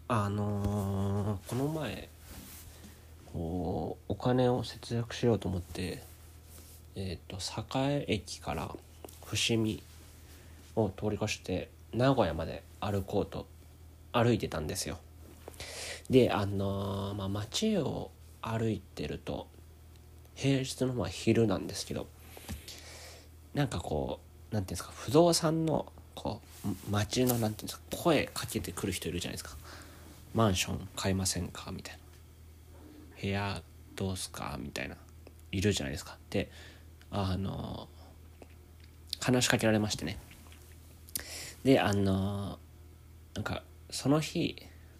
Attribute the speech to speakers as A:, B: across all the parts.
A: この前お金を節約しようと思って、栄駅から伏見を通り越して名古屋まで歩いてたんですよ。で街を歩いてると平日の昼なんですけど、なんかなんていうんですか、不動産の街のなんていうんですか、声かけてくる人いるじゃないですか。マンション買いませんかみたいな、部屋どうすかみたいな、いるじゃないですか。で話しかけられましてね。でなんかその日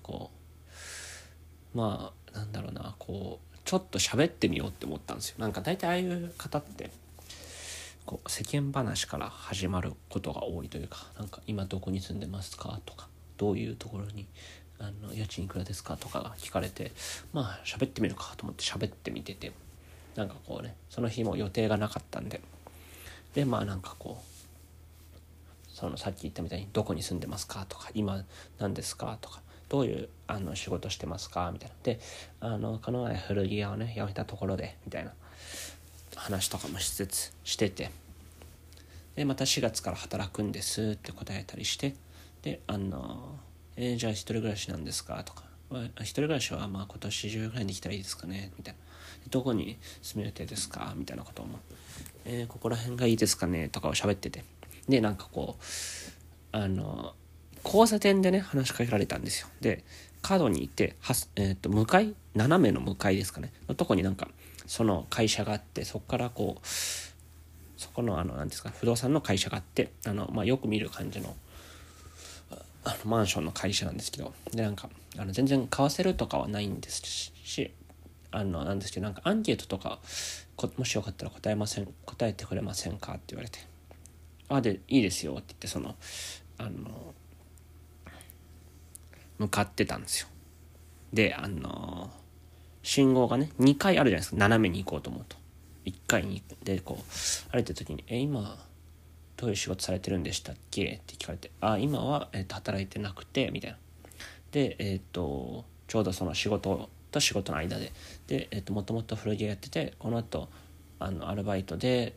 A: なんだろうな、ちょっと喋ってみようって思ったんですよ。なんか大体ああいう方って世間話から始まることが多いというか、なんか今どこに住んでますかとか、どういうところに家賃いくらですかとかが聞かれて、喋ってみるかと思って喋ってみてて、なんかその日も予定がなかったんで、そのさっき言ったみたいにどこに住んでますかとか、今何ですかとか、どういう仕事してますかみたいな。でこの前古着屋をね辞めたところでみたいな話とかもしてて、でまた4月から働くんですって答えたりして、でじゃあ一人暮らしなんですかとか、一人暮らしは今年中ぐらいにできたらいいですかねみたいな。どこに住む予定ですかみたいなことも、ここら辺がいいですかねとかを喋ってて、で交差点でね話しかけられたんですよ。で角にいて向かい斜めの向かいですかねのとこになんかその会社があって、そこからそこのなんですか、不動産の会社があって、よく見る感じのマンションの会社なんですけど、でなんか全然買わせるとかはないんですし、なんですけど、なんかアンケートとかもしよかったら答えてくれませんかって言われて、でいいですよって言って向かってたんですよ。で信号がね2回あるじゃないですか、斜めに行こうと思うと。1回にで歩いてる時に今どういう仕事されてるんでしたっけって聞かれて、今は、働いてなくてみたいな。でちょうどその仕事と仕事の間でもともと古着屋やってて、この後アルバイトで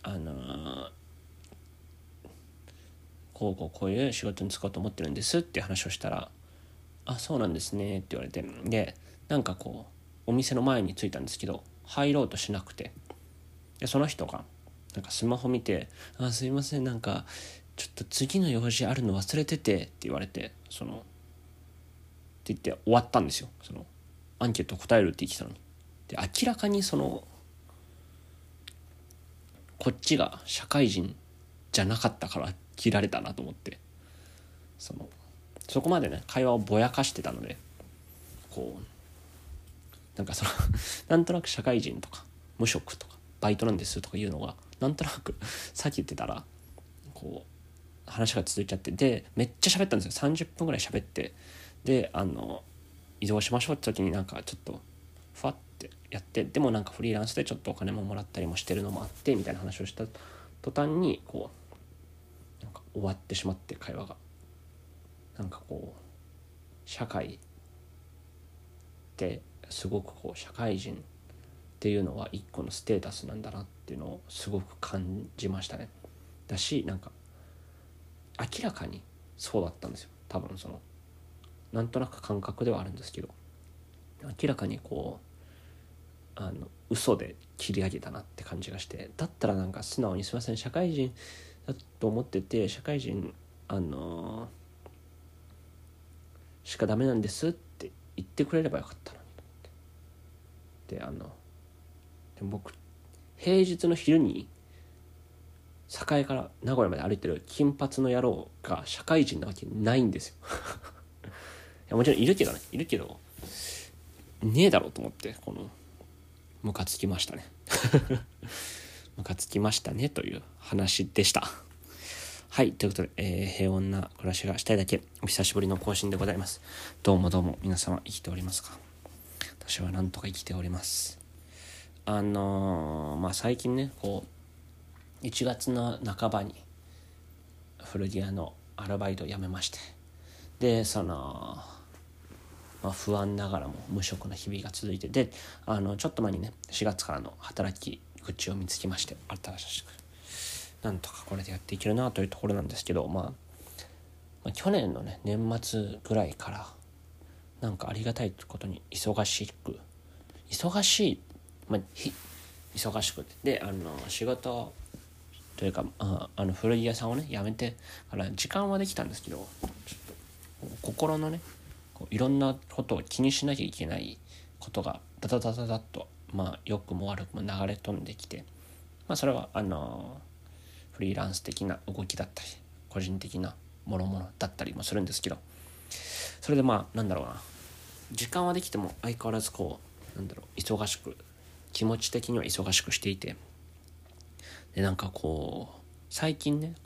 A: こういう仕事に就こうと思ってるんですっていう話をしたら、そうなんですねって言われて、でなんかお店の前に着いたんですけど入ろうとしなくて、でその人がなんかスマホ見て、すいません、なんかちょっと次の用事あるの忘れててって言われて、って言って終わったんですよ。そのアンケート答えるって言ってたのに。で明らかにこっちが社会人じゃなかったから切られたなと思って、そこまでね会話をぼやかしてたので、なんかなんとなく社会人とか無職とかバイトなんですとかいうのがなんとなくさっき言ってたら話が続いちゃって、でめっちゃ喋ったんですよ。30分ぐらい喋って、で移動しましょうって時になんかちょっとファってやって、でもなんかフリーランスでちょっとお金ももらったりもしてるのもあってみたいな話をした途端になんか終わってしまって、会話がなんか社会ってすごく社会人っていうのは一個のステータスなんだなっていうのをすごく感じましたね。だしなんか明らかにそうだったんですよ。多分なんとなく感覚ではあるんですけど、明らかに嘘で切り上げたなって感じがして、だったらなんか素直にすいません社会人だと思ってて、社会人しかダメなんですって言ってくれればよかったなと思って。で僕平日の昼に栄から名古屋まで歩いてる金髪の野郎が社会人なわけないんですよいやもちろんいるけどねえだろうと思って、ムカつきましたねムカつきましたねという話でした。はい、ということで、平穏な暮らしがしたいだけ、お久しぶりの更新でございます。どうも皆様生きておりますか？私はなんとか生きております。最近ね1月の半ばに古着屋のアルバイトを辞めまして、で不安ながらも無職な日々が続いて、でちょっと前にね4月からの働き口を見つけまして、新しくなんとかこれでやっていけるなというところなんですけど、去年のね年末ぐらいからなんかありがたいことに忙しくて、で仕事というか古着屋さんをね辞めてから時間はできたんですけど、ちょっと心のねいろんなことを気にしなきゃいけないことがダダダダダッと良くも悪くも流れ飛んできて、それはフリーランス的な動きだったり個人的なものだったりもするんですけど、それで時間はできても相変わらず忙しく、気持ち的には忙しくしていて、で最近ね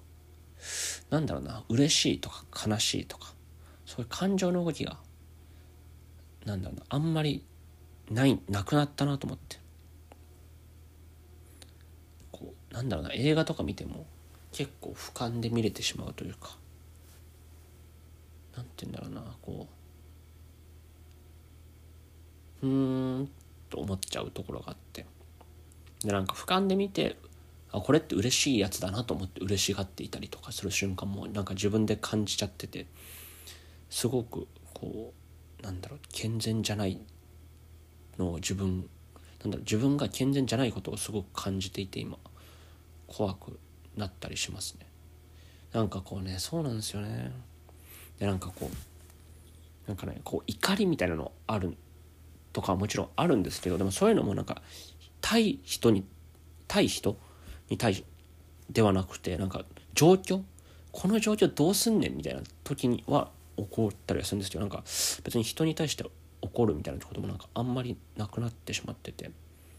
A: 嬉しいとか悲しいとかそういう感情の動きがあんまりなくなったなと思って、映画とか見ても結構俯瞰で見れてしまうというか、と思っちゃうところがあって、で俯瞰で見てこれって嬉しいやつだなと思って嬉しがっていたりとかする瞬間も自分で感じちゃってて、すごく健全じゃないのを自分が健全じゃないことをすごく感じていて、今怖くなったりしますね。そうなんですよね。で怒りみたいなのあるとかはもちろんあるんですけど、でもそういうのも対人に対ではなくてこの状況どうすんねんみたいな時には怒ったりはするんですけど、別に人に対して怒るみたいなこともあんまりなくなってしまってて、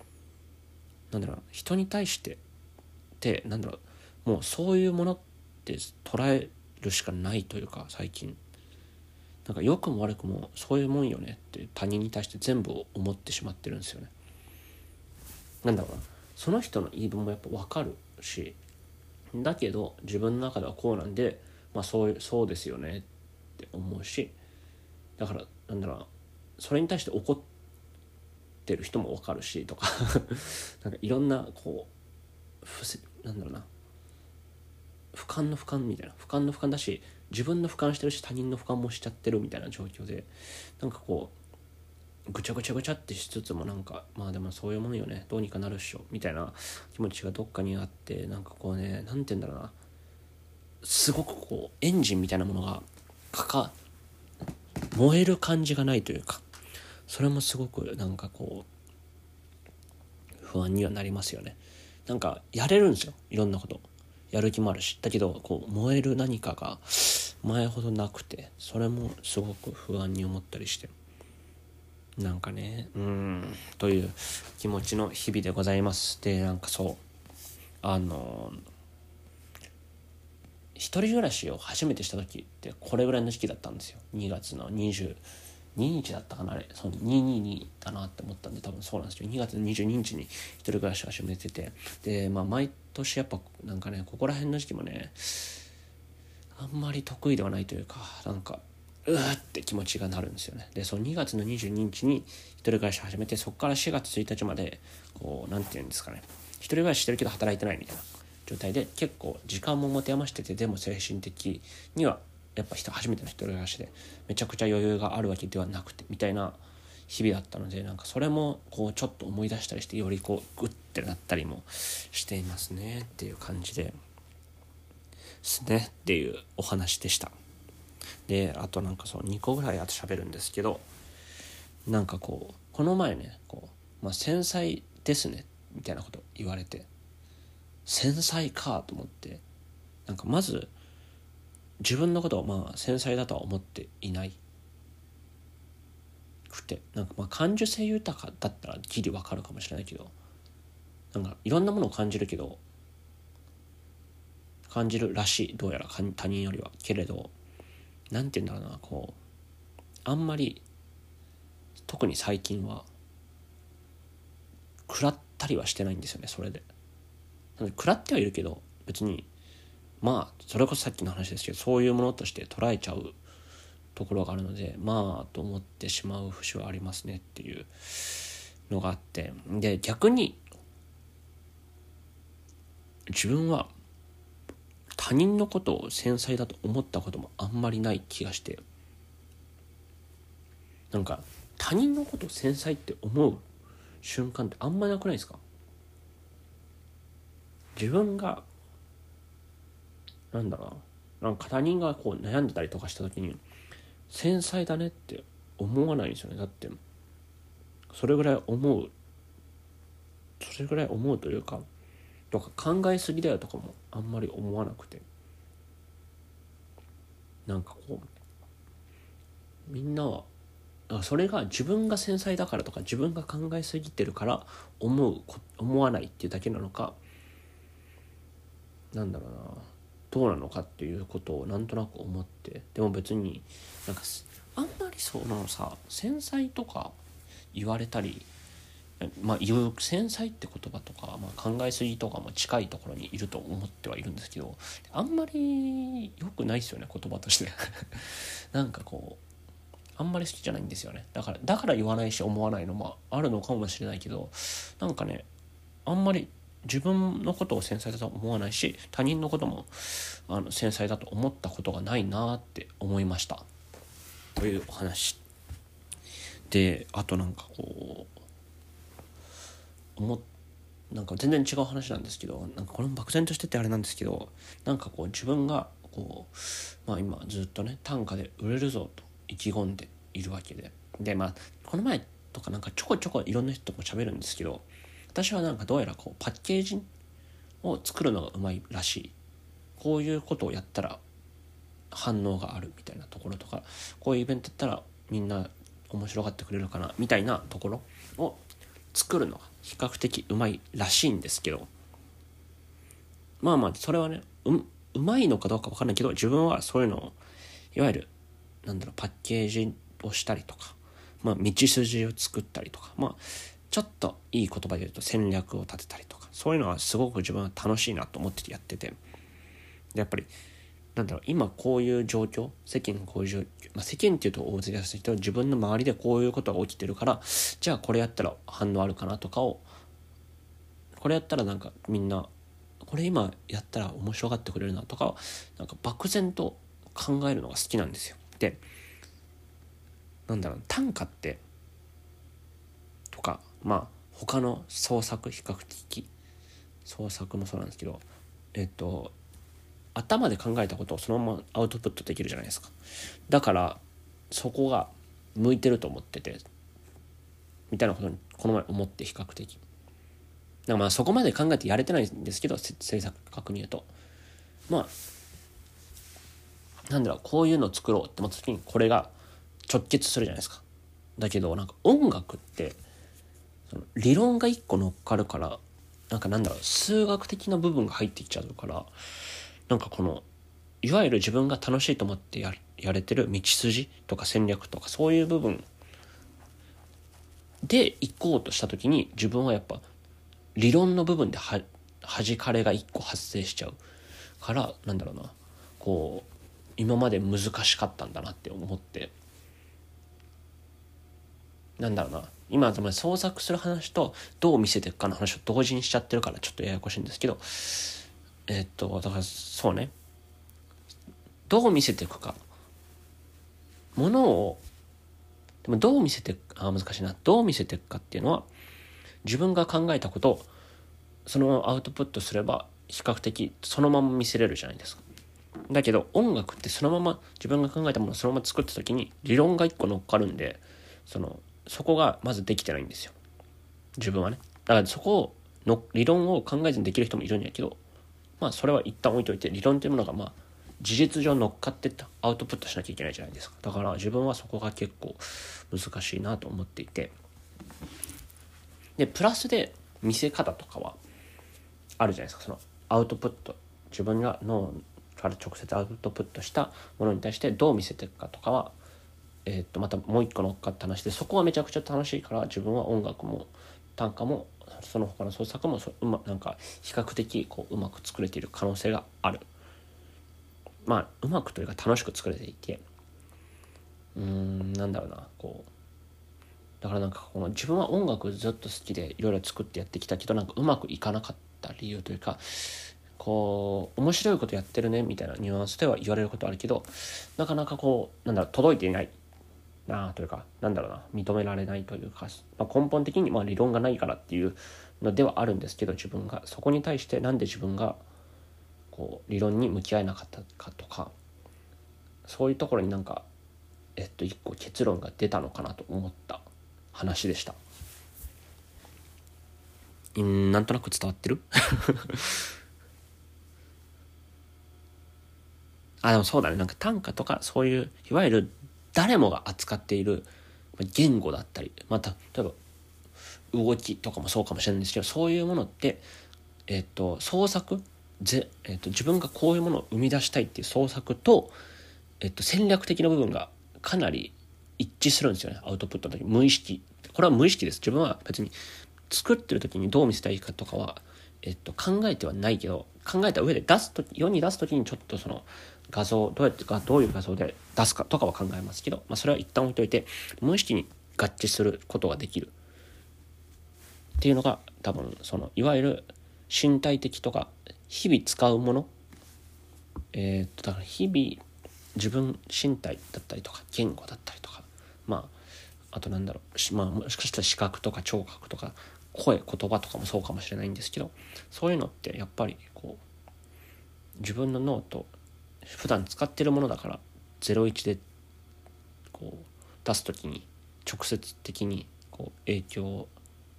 A: 人に対してってもうそういうものって捉えるしかないというか、最近良くも悪くもそういうもんよねって他人に対して全部思ってしまってるんですよね。その人の言い分もやっぱ分かるし、だけど自分の中ではこうなんで、そうですよねって思うし、だからそれに対して怒ってる人も分かるしとかいろんな俯瞰の俯瞰みたいな、俯瞰の俯瞰だし自分の俯瞰してるし他人の俯瞰もしちゃってるみたいな状況で、ぐちゃぐちゃってしつつもでもそういうもんよね、どうにかなるっしょみたいな気持ちがどっかにあって、すごくエンジンみたいなものが燃える感じがないというか、それもすごく不安にはなりますよね。やれるんですよ、いろんなことやる気もあるし、だけど燃える何かが前ほどなくて、それもすごく不安に思ったりして、という気持ちの日々でございます。で一人暮らしを初めてした時ってこれぐらいの時期だったんですよ。2月の22日だったかな、あれ222だなって思ったんで多分そうなんですよ。2月の22日に一人暮らしを始めてて、で毎年やっぱここら辺の時期もねあんまり得意ではないというか、うわって気持ちがなるんですよね。でその2月の22日に一人暮らしを始めて、そこから4月1日まで一人暮らししてるけど働いてないみたいな状態で、結構時間も持て余してて、でも精神的にはやっぱ初めての一人暮らしでめちゃくちゃ余裕があるわけではなくてみたいな日々だったので、それもちょっと思い出したりして、よりグッてなったりもしていますねっていう感じですねっていうお話でした。であと2個ぐらいあと喋るんですけど、この前ね繊細ですねみたいなこと言われて、繊細かと思って、まず自分のことを繊細だとは思っていないくて、感受性豊かだったらギリわかるかもしれないけど、いろんなものを感じるけど、感じるらしい、どうやら他人よりはけれど、あんまり特に最近は食らったりはしてないんですよね。それで食らってはいるけど、別にそれこそさっきの話ですけど、そういうものとして捉えちゃうところがあるので、まあと思ってしまう節はありますねっていうのがあって、で逆に自分は他人のことを繊細だと思ったこともあんまりない気がして、なんか他人のことを繊細って思う瞬間ってあんまなくないですか？自分がなんか他人がこう悩んでたりとかした時に繊細だねって思わないんですよね。だってそれぐらい思うというか、とか考えすぎだよとかもあんまり思わなくて、なんかこうみんなはそれが自分が繊細だからとか自分が考えすぎてるから思わないっていうだけなのか、どうなのかっていうことをなんとなく思って、でも別にあんまり繊細とか言われたり、言う繊細って言葉とか、考えすぎとかも近いところにいると思ってはいるんですけど、あんまり良くないですよね、言葉としてあんまり好きじゃないんですよね。だから言わないし思わないのもあるのかもしれないけど、あんまり自分のことを繊細だと思わないし、他人のことも繊細だと思ったことがないなって思いましたというお話で、あと全然違う話なんですけど、これも漠然としててあれなんですけど、自分が今ずっとね短歌で売れるぞと意気込んでいるわけで、この前とかちょこちょこいろんな人とも喋るんですけど、私はどうやらパッケージを作るのがうまいらしい、こういうことをやったら反応があるみたいなところとか、こういうイベントやったらみんな面白がってくれるかなみたいなところを作るのが比較的うまいらしいんですけど、それはねうまいのかどうか分かんないけど、自分はそういうのをいわゆるパッケージをしたりとか、道筋を作ったりとか、ちょっといい言葉で言うと戦略を立てたりとか、そういうのはすごく自分は楽しいなと思ってやってて、でやっぱり今こういう状況、世間こういう状況、世間っていうと大勢ですけど、自分の周りでこういうことが起きてるから、じゃあこれやったら反応あるかなとかを、これやったらみんなこれ今やったら面白がってくれるなとか、漠然と考えるのが好きなんですよ。で短歌ってとか他の創作、比較的創作もそうなんですけど、頭で考えたことをそのままアウトプットできるじゃないですか。だからそこが向いてると思っててみたいなことにこの前思って、比較的そこまで考えてやれてないんですけど、制作確に言うとこういうのを作ろうって思った時にこれが直結するじゃないですか。だけど音楽って理論が一個乗っかるから、数学的な部分が入ってきちゃうから、いわゆる自分が楽しいと思ってやれてる道筋とか戦略とか、そういう部分で行こうとした時に、自分はやっぱ理論の部分で弾かれが一個発生しちゃうから、今まで難しかったんだなって思って、今創作する話とどう見せていくかの話を同時にしちゃってるからちょっとややこしいんですけど、だからそうね、どう見せていくか、ものをでもどう見せていく難しいな、どう見せていくかっていうのは、自分が考えたことをそのままアウトプットすれば比較的そのまま見せれるじゃないですか。だけど音楽ってそのまま自分が考えたものをそのまま作った時に理論が一個乗っかるんで、そこがまずできてないんですよ、自分はね。だからそこの理論を考えずにできる人もいるんやけど、それは一旦置いといて、理論というものが事実上乗っかってったアウトプットしなきゃいけないじゃないですか。だから自分はそこが結構難しいなと思っていて、でプラスで見せ方とかはあるじゃないですか。そのアウトプット、自分が脳から直接アウトプットしたものに対してどう見せていくかとかは、またもう一個乗っかった話で、そこはめちゃくちゃ楽しいから、自分は音楽も短歌もその他の創作も比較的うまく作れている可能性がある。うまくというか楽しく作れていて、 なんだろうな、こうだからなんかこの自分は音楽ずっと好きでいろいろ作ってやってきたけど、なんかうまくいかなかった理由というか、こう面白いことやってるねみたいなニュアンスでは言われることあるけど、なかなかこう届いていないなというか、認められないというか、根本的に理論がないからっていうのではあるんですけど、自分がそこに対してなんで自分がこう理論に向き合えなかったかとか、そういうところに一個結論が出たのかなと思った話でした。なんとなく伝わってるでもそうだね、短歌とかそういういわゆる誰もが扱っている言語だったり、例えば動きとかもそうかもしれないんですけど、そういうものって創作自分がこういうものを生み出したいっていう創作と、戦略的な部分がかなり一致するんですよね。アウトプットの時、無意識、これは無意識です。自分は別に作ってる時にどう見せたらいいかとかは、考えてはないけど、考えた上で世に出す時にちょっとその画像どういう画像で出すかとかは考えますけど、それは一旦置いといて、無意識に合致することができるっていうのが多分そのいわゆる身体的とか日々使うもの、だから日々自分身体だったりとか言語だったりとか、あともしかしたら視覚とか聴覚とか言葉とかもそうかもしれないんですけど、そういうのってやっぱりこう自分の脳と普段使ってるものだから、01でこう出すときに直接的にこう影響を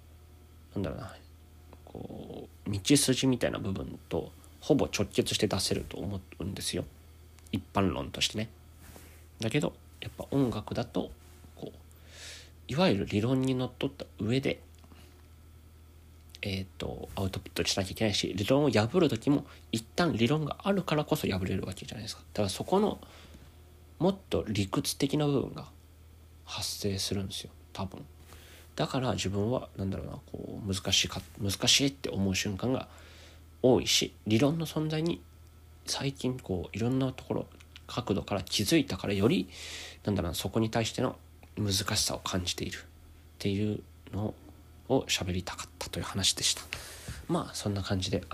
A: こう道筋みたいな部分とほぼ直結して出せると思うんですよ、一般論としてね。だけどやっぱ音楽だとこういわゆる理論にのっとった上でアウトプットしなきゃいけないし、理論を破る時も一旦理論があるからこそ破れるわけじゃないですか。だからそこのもっと理屈的な部分が発生するんですよ、多分。だから自分はこう難しいって思う瞬間が多いし、理論の存在に最近こういろんなところ角度から気づいたから、よりそこに対しての難しさを感じているっていうのを喋りたかったという話でした。そんな感じで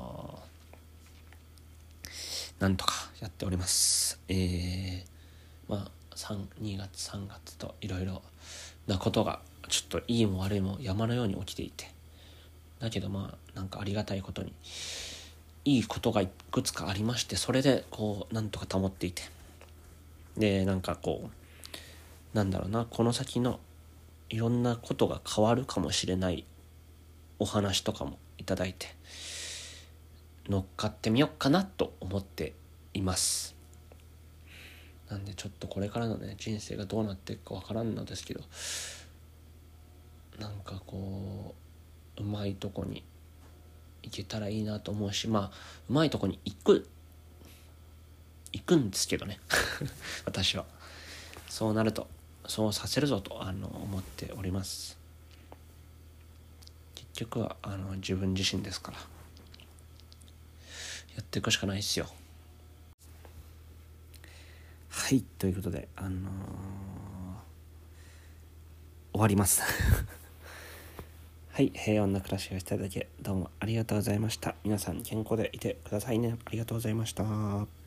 A: なんとかやっております。2月3月といろいろなことがちょっといいも悪いも山のように起きていて、だけどありがたいことにいいことがいくつかありまして、それでこうなんとか保っていて、でこの先のいろんなことが変わるかもしれないお話とかもいただいて、乗っかってみようかなと思っています。なんでちょっとこれからのね人生がどうなっていくかわからんのですけど、こううまいとこに行けたらいいなと思うし、うまいとこに行くんですけどね私はそうなるとそうさせるぞと思っております。結局は自分自身ですから、やっていくしかないですよ。はい、ということで終わりますはい、平穏な暮らしをしていただきどうもありがとうございました。皆さん健康でいてくださいね。ありがとうございました。